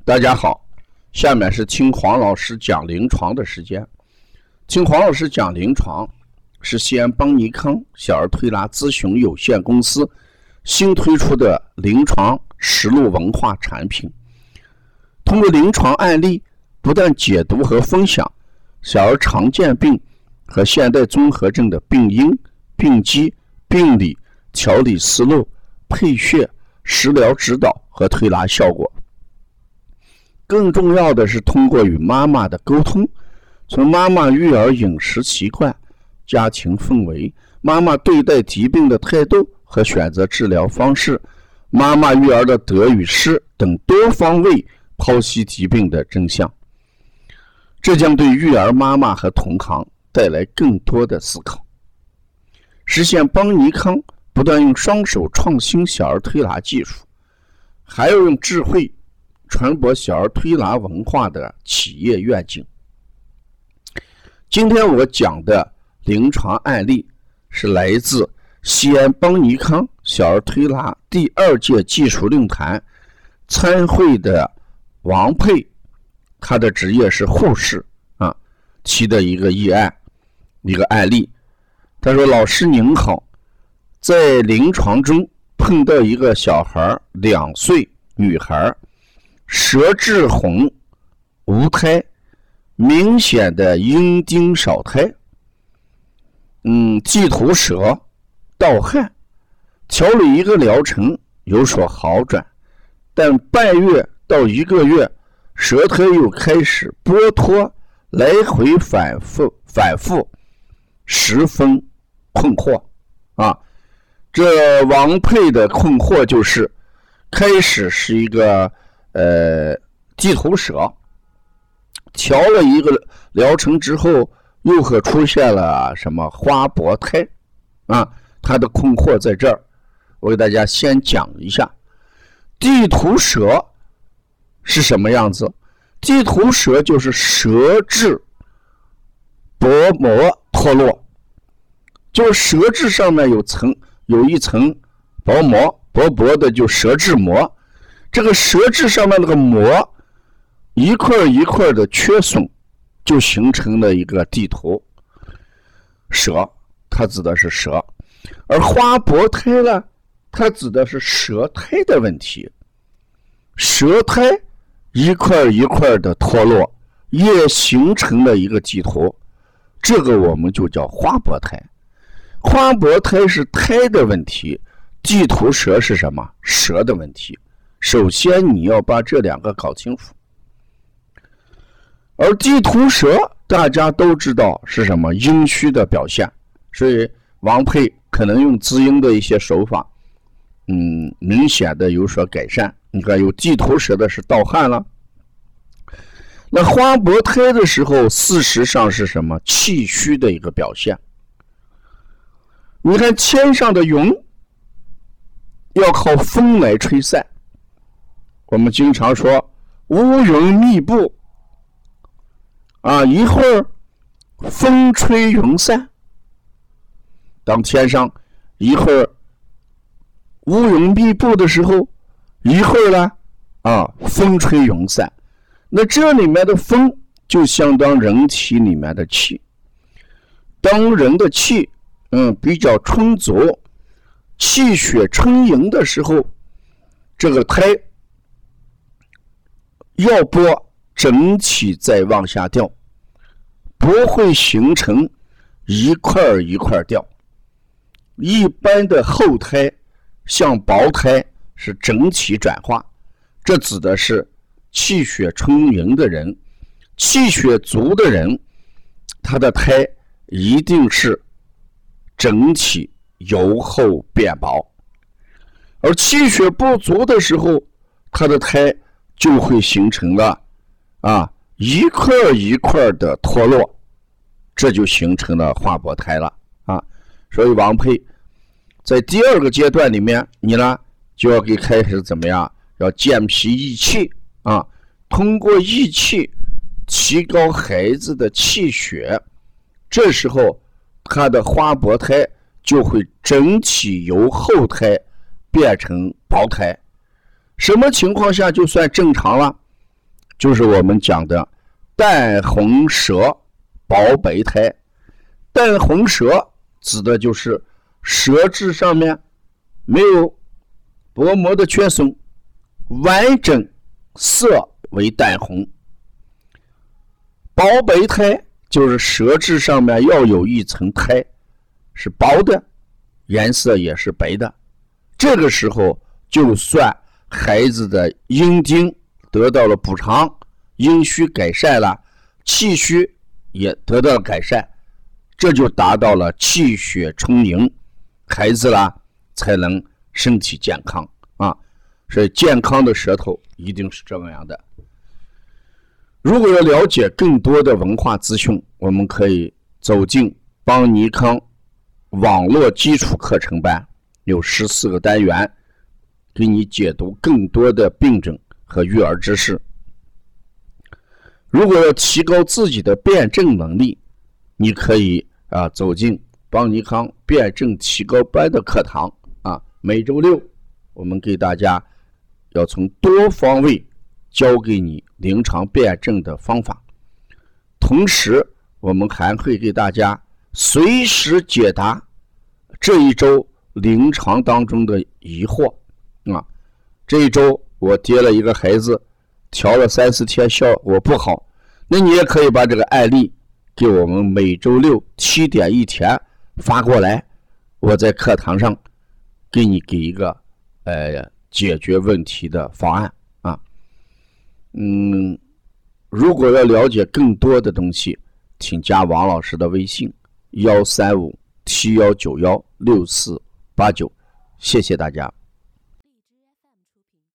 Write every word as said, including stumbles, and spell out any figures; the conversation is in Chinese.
大家好，下面是听黄老师讲临床的时间。听黄老师讲临床是西安邦尼康小儿推拿咨询有限公司新推出的临床实录文化产品，通过临床案例不断解读和分享小儿常见病和现代综合症的病因、病机、病理、调理思路、配穴、食疗指导和推拿效果。更重要的是通过与妈妈的沟通，从妈妈育儿饮食习惯、家庭氛围、妈妈对待疾病的态度和选择治疗方式、妈妈育儿的得与失等多方位剖析疾病的真相。这将对育儿妈妈和同行带来更多的思考，实现邦尼康不断用双手创新小儿推拿技术，还要用智慧传播小儿推拿文化的企业愿景。今天我讲的临床案例是来自西安邦尼康小儿推拿第二届技术论坛参会的王佩，他的职业是护士啊，提的一个议案，一个案例。他说：老师您好，在临床中碰到一个小孩，两岁女孩，舌质红，无胎，明显的阴茎少胎，嗯，忌吐舌，盗汗，调了一个疗程有所好转，但半月到一个月，舌苔又开始剥脱，来回反复反复，十分困惑啊。这王佩的困惑就是，开始是一个呃忌吐舌，调了一个疗程之后，又会出现了什么花薄胎啊？他的困惑在这儿，我给大家先讲一下。忌吐舌是什么样子？忌吐舌就是舌质薄膜脱落，就是舌质上面有层有一层薄膜，薄薄的就舌质膜，这个舌质上面那个膜一块一块的缺损，就形成了一个地图舌，它指的是舌。而花薄胎呢，它指的是舌苔的问题，舌苔一块一块的脱落，也形成了一个地图，这个我们就叫花薄胎。花薄胎是胎的问题，忌吐舌是什么？舌的问题。首先你要把这两个搞清楚。而忌吐舌大家都知道是什么？阴虚的表现，所以王佩可能用滋阴的一些手法，嗯，明显的有所改善。你看有忌吐舌的是盗汗了，那花薄胎的时候，事实上是什么？气虚的一个表现。你看天上的云要靠风来吹散，我们经常说乌云密布啊，一会儿风吹云散。当天上一会儿乌云密布的时候，一会儿呢啊风吹云散，那这里面的风就相当人体里面的气。当人的气嗯比较充足，气血充盈的时候，这个胎要波整体再往下掉，不会形成一块一块掉。一般的厚胎像薄胎是整体转化，这指的是气血充盈的人，气血足的人，他的胎一定是整体由厚变薄。而气血不足的时候，他的胎就会形成了啊一块一块的脱落，这就形成了花薄胎了啊。所以王佩在第二个阶段里面，你呢就要给开始怎么样？要健脾益气啊，通过益气提高孩子的气血，这时候他的花薄胎就会整体由厚胎变成薄胎。什么情况下就算正常了？ 就是我们讲的淡红舌薄白苔。淡红舌指的就是舌质上面没有薄膜的缺损，完整色为淡红。薄白苔就是舌质上面要有一层苔，是薄的，颜色也是白的。这个时候就算孩子的阴茎得到了补偿，阴虚改善了，气虚也得到了改善，这就达到了气血充盈，孩子啦才能身体健康啊。所以健康的舌头一定是这样的。如果要了解更多的文化资讯，我们可以走进邦尼康网络基础课程班，有十四个单元，给你解读更多的病症和育儿知识。如果要提高自己的辩证能力，你可以啊走进邦尼康辩证提高班的课堂啊，每周六我们给大家要从多方位教给你临床辩证的方法，同时我们还会给大家随时解答这一周临床当中的疑惑啊。这一周我接了一个孩子，调了三四天效果不好，那你也可以把这个案例给我们每周六七点一天发过来，我在课堂上给你给一个呃解决问题的方案啊。嗯，如果要了解更多的东西，请加王老师的微信幺三五七幺九幺六四八九，谢谢大家。